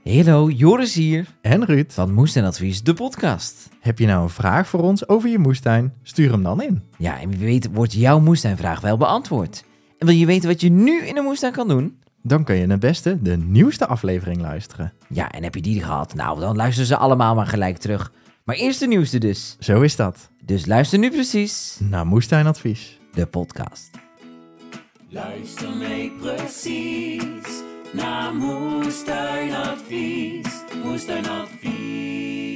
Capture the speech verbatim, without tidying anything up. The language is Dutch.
Hallo, Joris hier En Ruud, van Moestuinadvies, de podcast. heb je nou een vraag voor ons over je moestuin? Stuur hem dan in. Ja, en wie weet wordt jouw moestuinvraag wel beantwoord. En wil je weten wat je nu in de moestuin kan doen? Dan kun je het beste de nieuwste aflevering luisteren. Ja, en heb je die gehad? Nou, dan luister ze allemaal maar gelijk terug. Maar eerst de nieuwste dus. Zo is dat. Dus luister nu precies, Naar Moestuinadvies. de podcast. Luister mee precies naar Moestuinadvies. Moestuinadvies.